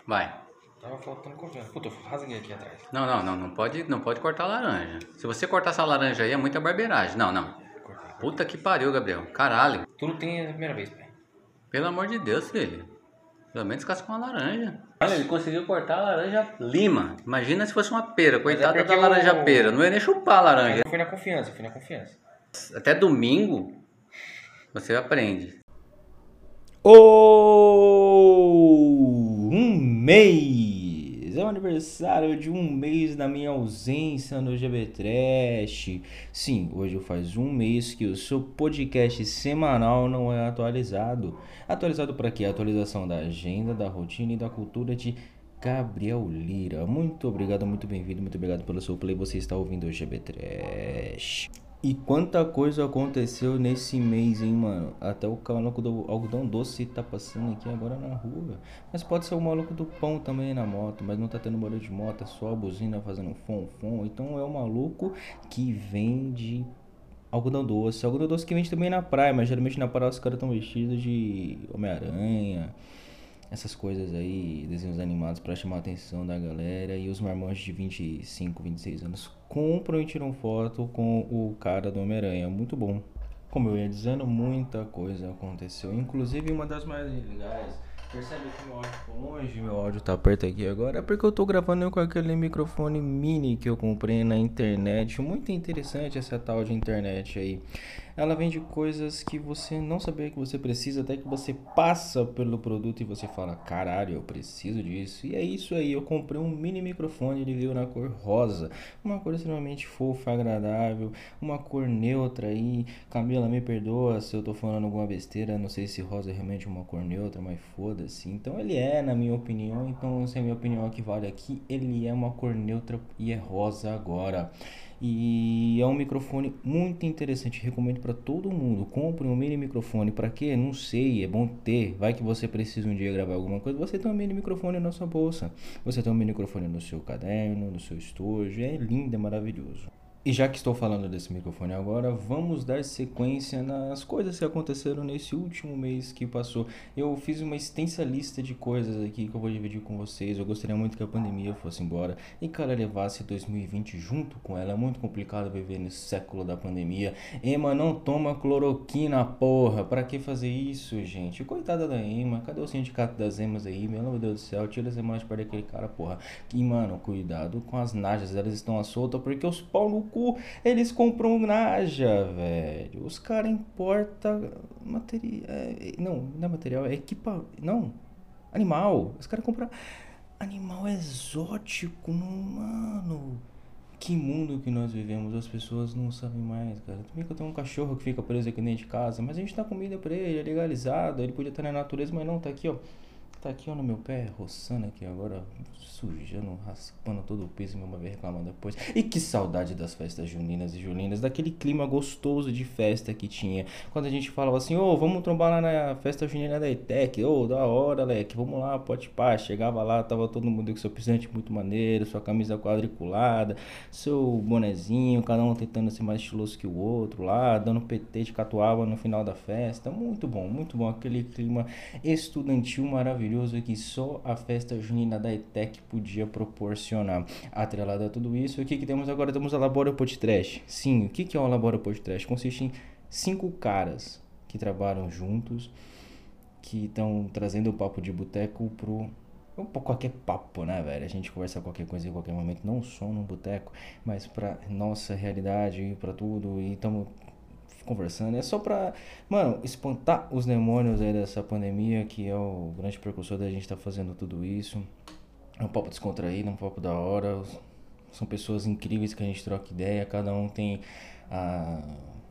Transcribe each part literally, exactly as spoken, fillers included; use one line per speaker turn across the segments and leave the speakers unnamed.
Vai.
Tava faltando confiança. Puta, eu rasguei aqui atrás.
Não, não, não, não pode, não pode cortar a laranja. Se você cortar essa laranja aí é muita barbeiragem. Não, não.
Cortei, cortei.
Puta que pariu, Gabriel. Caralho.
Tudo tem a primeira vez, pai.
Pelo amor de Deus, filho. Pelo menos casca uma laranja. Olha, ele conseguiu cortar a laranja lima. Imagina se fosse uma pera. Coitada
é
da laranja
eu...
pera. Não ia nem chupar a laranja.
Eu fui na confiança, eu fui na confiança.
Até domingo você aprende.
Oh, um mês! É o aniversário de um mês da minha ausência no G B Trash. Sim, hoje faz um mês que o seu podcast semanal não é atualizado. Atualizado para quê? Atualização da agenda, da rotina e da cultura de Gabriel Lira. Muito obrigado, muito bem-vindo, muito obrigado pelo seu play. Você está ouvindo o G B Trash. E quanta coisa aconteceu nesse mês, hein, mano? Até o maluco do algodão doce tá passando aqui agora na rua. Mas pode ser o maluco do pão também na moto, mas não tá tendo barulho de moto, é só a buzina fazendo fom-fom. Então é o maluco que vende algodão doce. Algodão doce que vende também na praia, mas geralmente na praia os caras estão vestidos de Homem-Aranha, essas coisas aí, desenhos animados pra chamar a atenção da galera. E os marmanjos de vinte e cinco, vinte e seis anos compram e tiram foto com o cara do Homem-Aranha. Muito bom. Como eu ia dizendo, muita coisa aconteceu. Inclusive uma das mais legais. Percebe que meu áudio ficou longe, meu áudio tá perto aqui agora. É porque eu tô gravando com aquele microfone mini que eu comprei na internet. Muito interessante essa tal de internet aí. Ela vende coisas que você não sabia que você precisa, até que você passa pelo produto e você fala, caralho, eu preciso disso. E é isso aí, eu comprei um mini microfone, ele veio na cor rosa. Uma cor extremamente fofa, agradável, uma cor neutra aí. Camila, me perdoa se eu tô falando alguma besteira, não sei se rosa é realmente uma cor neutra, mas foda-se. Então ele é, na minha opinião, então se a minha opinião é que vale aqui, ele é uma cor neutra e é rosa agora. E é um microfone muito interessante, recomendo para todo mundo. Compre um mini microfone. Para quê? Não sei, é bom ter. Vai que você precisa um dia gravar alguma coisa, você tem um mini microfone na sua bolsa. Você tem um mini microfone no seu caderno, no seu estojo. É lindo, é maravilhoso. E já que estou falando desse microfone agora, vamos dar sequência nas coisas que aconteceram nesse último mês que passou. Eu fiz uma extensa lista de coisas aqui que eu vou dividir com vocês. Eu gostaria muito que a pandemia fosse embora e que ela levasse dois mil e vinte junto com ela. É muito complicado viver nesse século da pandemia. Ema, não toma cloroquina, porra. Pra que fazer isso, gente? Coitada da Ema. Cadê o sindicato das Emas aí? Meu Deus do céu, tira as Emas de perto daquele cara, porra. E, mano, cuidado com as najas. Elas estão à solta porque os pau no cu, eles compram naja, velho. Os caras importam material. Não, não é material, é equipa. Não, animal. Os caras compram animal exótico, mano. Que mundo que nós vivemos, as pessoas não sabem mais, cara. Também que eu tenho um cachorro que fica preso aqui dentro de casa, mas a gente dá comida pra ele, é legalizado. Ele podia estar na natureza, mas não, tá aqui, ó. Tá aqui, ó, no meu pé, roçando aqui agora, sujando, raspando todo o piso e meu vai reclamar depois. E que saudade das festas juninas e julinas, daquele clima gostoso de festa que tinha. Quando a gente falava assim, ô, oh, vamos trombar lá na festa junina da ETEC, ô, oh, da hora, leque, vamos lá, pode pá. Chegava lá, tava todo mundo com seu pisante muito maneiro, sua camisa quadriculada, seu bonezinho, cada um tentando ser mais estiloso que o outro lá, dando P T de catuaba no final da festa. Muito bom, muito bom, aquele clima estudantil maravilhoso que só a festa junina da ETEC podia proporcionar. Atrelado a tudo isso, o que que temos agora? Temos a Labora Podcast. Sim, o que que é o Labora Podcast? Consiste em cinco caras que trabalham juntos, que estão trazendo o papo de boteco pro... Um pouco qualquer papo, né, velho? A gente conversa qualquer coisa em qualquer momento, não só num boteco, mas pra nossa realidade, pra tudo, e estamos conversando, é só pra, mano, espantar os demônios aí dessa pandemia, que é o grande precursor da gente tá fazendo tudo isso. É um papo descontraído, um papo da hora, são pessoas incríveis que a gente troca ideia, cada um tem a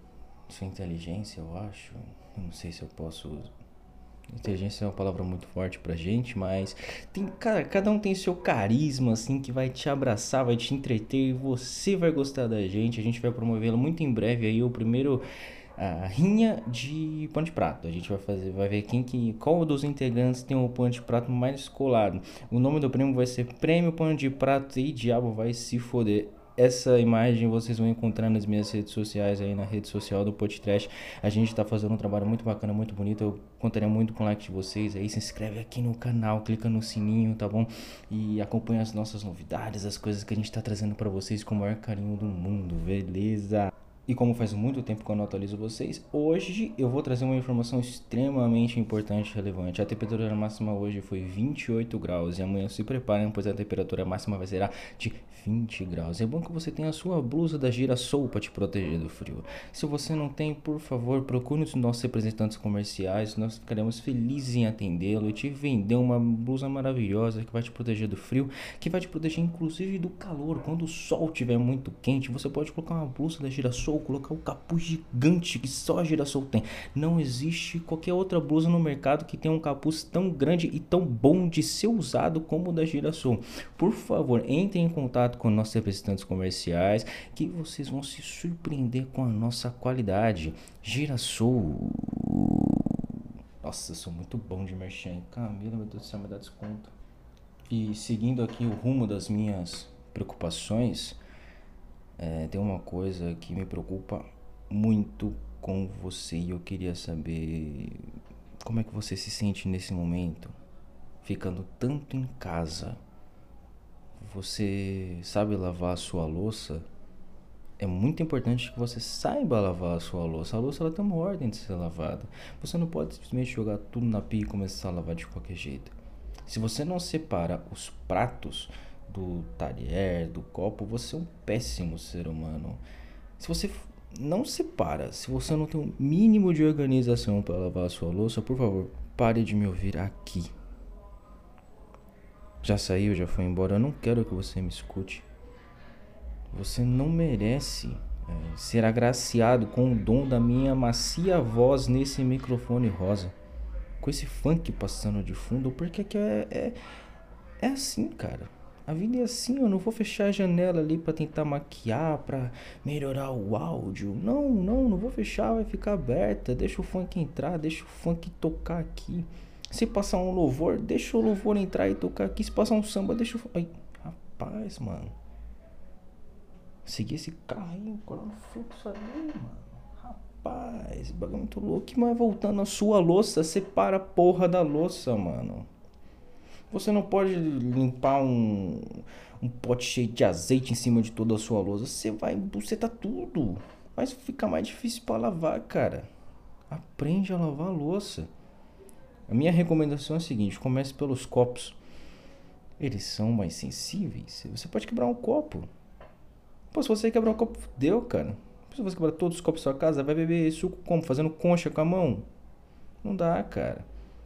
sua inteligência, eu acho, eu não sei se eu posso... Inteligência é uma palavra muito forte pra gente, mas tem, cara, cada um tem seu carisma, assim, que vai te abraçar, vai te entreter e você vai gostar da gente. A gente vai promovê-la muito em breve aí, o primeiro a rinha de pano de prato. A gente vai fazer, vai ver quem que, qual dos integrantes tem o pano de prato mais colado. O nome do prêmio vai ser Prêmio Pano de Prato e Diabo vai se foder. essa imagem vocês vão encontrar nas minhas redes sociais, aí na rede social do Podcast. A gente tá fazendo um trabalho muito bacana, muito bonito. Eu contaria muito com o like de vocês. Aí se inscreve aqui no canal, clica no sininho, tá bom? E acompanha as nossas novidades, as coisas que a gente tá trazendo pra vocês com o maior carinho do mundo, beleza? E como faz muito tempo que eu não atualizo vocês, hoje eu vou trazer uma informação extremamente importante e relevante. A temperatura máxima hoje foi vinte e oito graus e amanhã se preparem, pois a temperatura máxima vai ser de vinte graus. É bom que você tenha a sua blusa da Girassol para te proteger do frio. Se você não tem, por favor, procure os nossos representantes comerciais, nós ficaremos felizes em atendê-lo e te vender uma blusa maravilhosa que vai te proteger do frio, que vai te proteger inclusive do calor. Quando o sol estiver muito quente, você pode colocar uma blusa da Girassol, colocar o capuz gigante que só a Girassol tem. Não existe qualquer outra blusa no mercado que tenha um capuz tão grande e tão bom de ser usado como o da Girassol. Por favor, entre em contato com nossos representantes comerciais que vocês vão se surpreender com a nossa qualidade. Girassol. Nossa, eu sou muito bom de merchan. Camila, meu Deus do céu, me dá desconto. E seguindo aqui o rumo das minhas preocupações, É, tem uma coisa que me preocupa muito com você e eu queria saber como é que você se sente nesse momento, ficando tanto em casa. Você sabe lavar a sua louça? É muito importante que você saiba lavar a sua louça. A louça ela tem uma ordem de ser lavada. Você não pode simplesmente jogar tudo na pia e começar a lavar de qualquer jeito. Se você não separa os pratos do talher, do copo, você é um péssimo ser humano. Se você não separa, se você não tem um mínimo de organização para lavar a sua louça, por favor, pare de me ouvir aqui. Já saiu, já foi embora, eu não quero que você me escute. Você não merece é, ser agraciado com o dom da minha macia voz nesse microfone rosa, com esse funk passando de fundo, porque que é, é, é assim, cara. A vida é assim, eu não vou fechar a janela ali pra tentar maquiar, pra melhorar o áudio. Não, não, não vou fechar, vai ficar aberta. Deixa o funk entrar, deixa o funk tocar aqui. Se passar um louvor, deixa o louvor entrar e tocar aqui. Se passar um samba, deixa o... Ai, rapaz, mano. Segui esse carro aí, colar no fluxo ali, mano. Rapaz, bagulho muito louco. Mas voltando à sua louça, separa a porra da louça, mano. Você não pode limpar um, um pote cheio de azeite em cima de toda a sua louça. Você vai bucetar tudo. Vai ficar mais difícil para lavar, cara. Aprende a lavar a louça. A minha recomendação é a seguinte: comece pelos copos. Eles são mais sensíveis. Você pode quebrar um copo. Pô, se você quebrar um copo, deu, cara. Se você quebrar todos os copos da sua casa, vai beber suco como? Fazendo concha com a mão? Não dá, cara.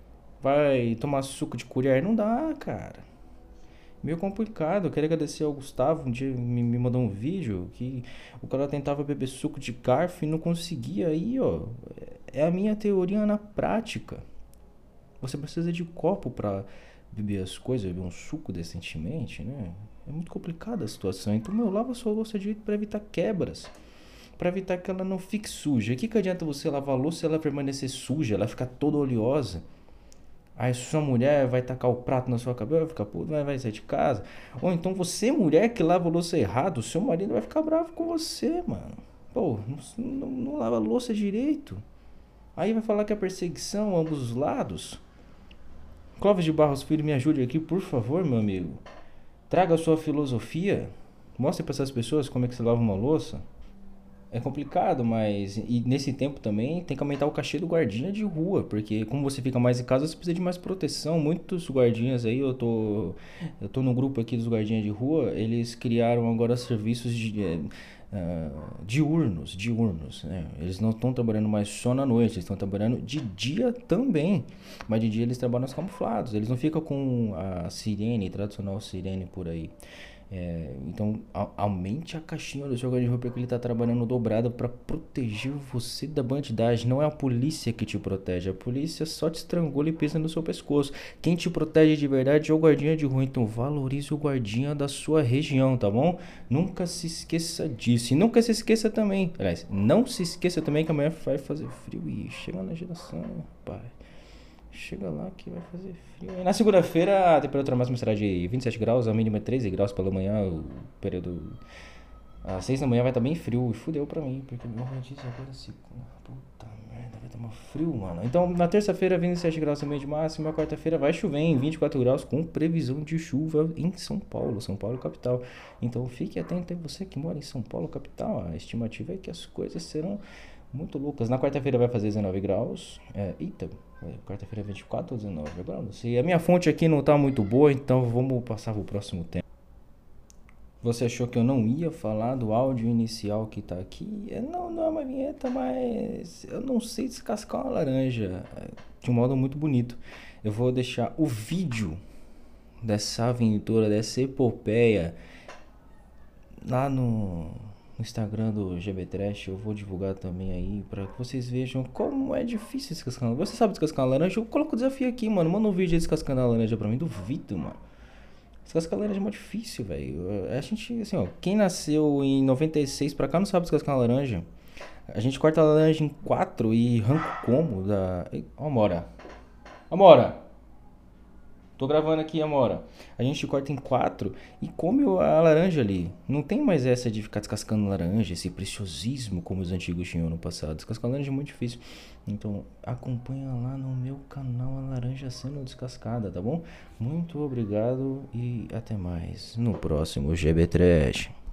Vai tomar suco de colher? Não dá, cara. Meio complicado. Eu quero agradecer ao Gustavo. Um dia me, me mandou um vídeo que o cara tentava beber suco de garfo e não conseguia. Aí, ó. É a minha teoria na prática. Você precisa de copo pra beber as coisas, beber um suco decentemente, né? É muito complicada a situação. Então, meu, lava a sua louça direito pra evitar quebras. Pra evitar que ela não fique suja. O que, que adianta você lavar a louça se ela permanecer suja? Ela ficar toda oleosa? Aí sua mulher vai tacar o prato na sua cabeça, vai ficar puto, vai, vai sair de casa. Ou então você, mulher que lava a louça errado, o seu marido vai ficar bravo com você, mano. Pô, não, não, não lava a louça direito. Aí vai falar que é perseguição a ambos os lados. Clóvis de Barros Filho, me ajude aqui, por favor, meu amigo. Traga a sua filosofia. Mostre para essas pessoas como é que se lava uma louça. É complicado, mas e nesse tempo também tem que aumentar o cachê do guardinha de rua, porque como você fica mais em casa, você precisa de mais proteção. Muitos guardinhas aí, eu tô eu tô no grupo aqui dos guardinhas de rua, eles criaram agora serviços de é, uh, diurnos, diurnos, né? Eles não estão trabalhando mais só na noite, eles estão trabalhando de dia também, mas de dia eles trabalham nos camuflados, eles não ficam com a sirene, tradicional sirene por aí. É, então a, aumente a caixinha do seu guarda-roupa porque ele está trabalhando dobrado para proteger você da bandidagem. Não é a polícia que te protege, a polícia só te estrangula e pisa no seu pescoço. Quem te protege de verdade é o guardinha de rua. Então valorize o guardinha da sua região, tá bom? Nunca se esqueça disso. E nunca se esqueça também, aliás, não se esqueça também que amanhã vai fazer frio. E chega na geração, pai. Chega lá que vai fazer frio. Na segunda-feira a temperatura máxima será de vinte e sete graus, a mínima treze graus pela manhã, o período Às seis da manhã vai estar bem frio e fudeu pra mim, porque meu rodízio agora é segunda. Puta merda, vai estar mais frio, mano. Então, na terça-feira, vinte e sete graus também de máxima. Na quarta-feira vai chover em vinte e quatro graus, com previsão de chuva em São Paulo, São Paulo capital. Então, fique atento aí, você que mora em São Paulo capital. A estimativa é que as coisas serão muito loucas. Na quarta-feira vai fazer dezenove graus. É, eita, quarta-feira é vinte e quatro ou dezenove? Agora não sei. A minha fonte aqui não tá muito boa, então vamos passar pro próximo tema. Você achou que eu não ia falar do áudio inicial que tá aqui? Não, não é uma vinheta, mas eu não sei descascar uma laranja de um modo muito bonito. Eu vou deixar o vídeo dessa aventura, dessa epopeia lá no, no Instagram do G B Trash. Eu vou divulgar também aí para que vocês vejam como é difícil descascar uma laranja. Você sabe descascar uma laranja? Eu coloco o desafio aqui, mano. Manda um vídeo aí descascando a laranja pra mim. Duvido, mano. Descascar laranja é muito difícil, velho. A gente, assim, ó, quem nasceu em noventa e seis pra cá não sabe descascar uma laranja. A gente corta a laranja em quatro e arranca o como da... Ó, Amora. Amora! Tô gravando aqui, Amora. A gente corta em quatro e come a laranja ali. Não tem mais essa de ficar descascando laranja, esse preciosismo como os antigos tinham no passado. Descascar laranja é muito difícil. Então, acompanha lá no meu canal a laranja sendo descascada, tá bom? Muito obrigado e até mais no próximo G B Trash.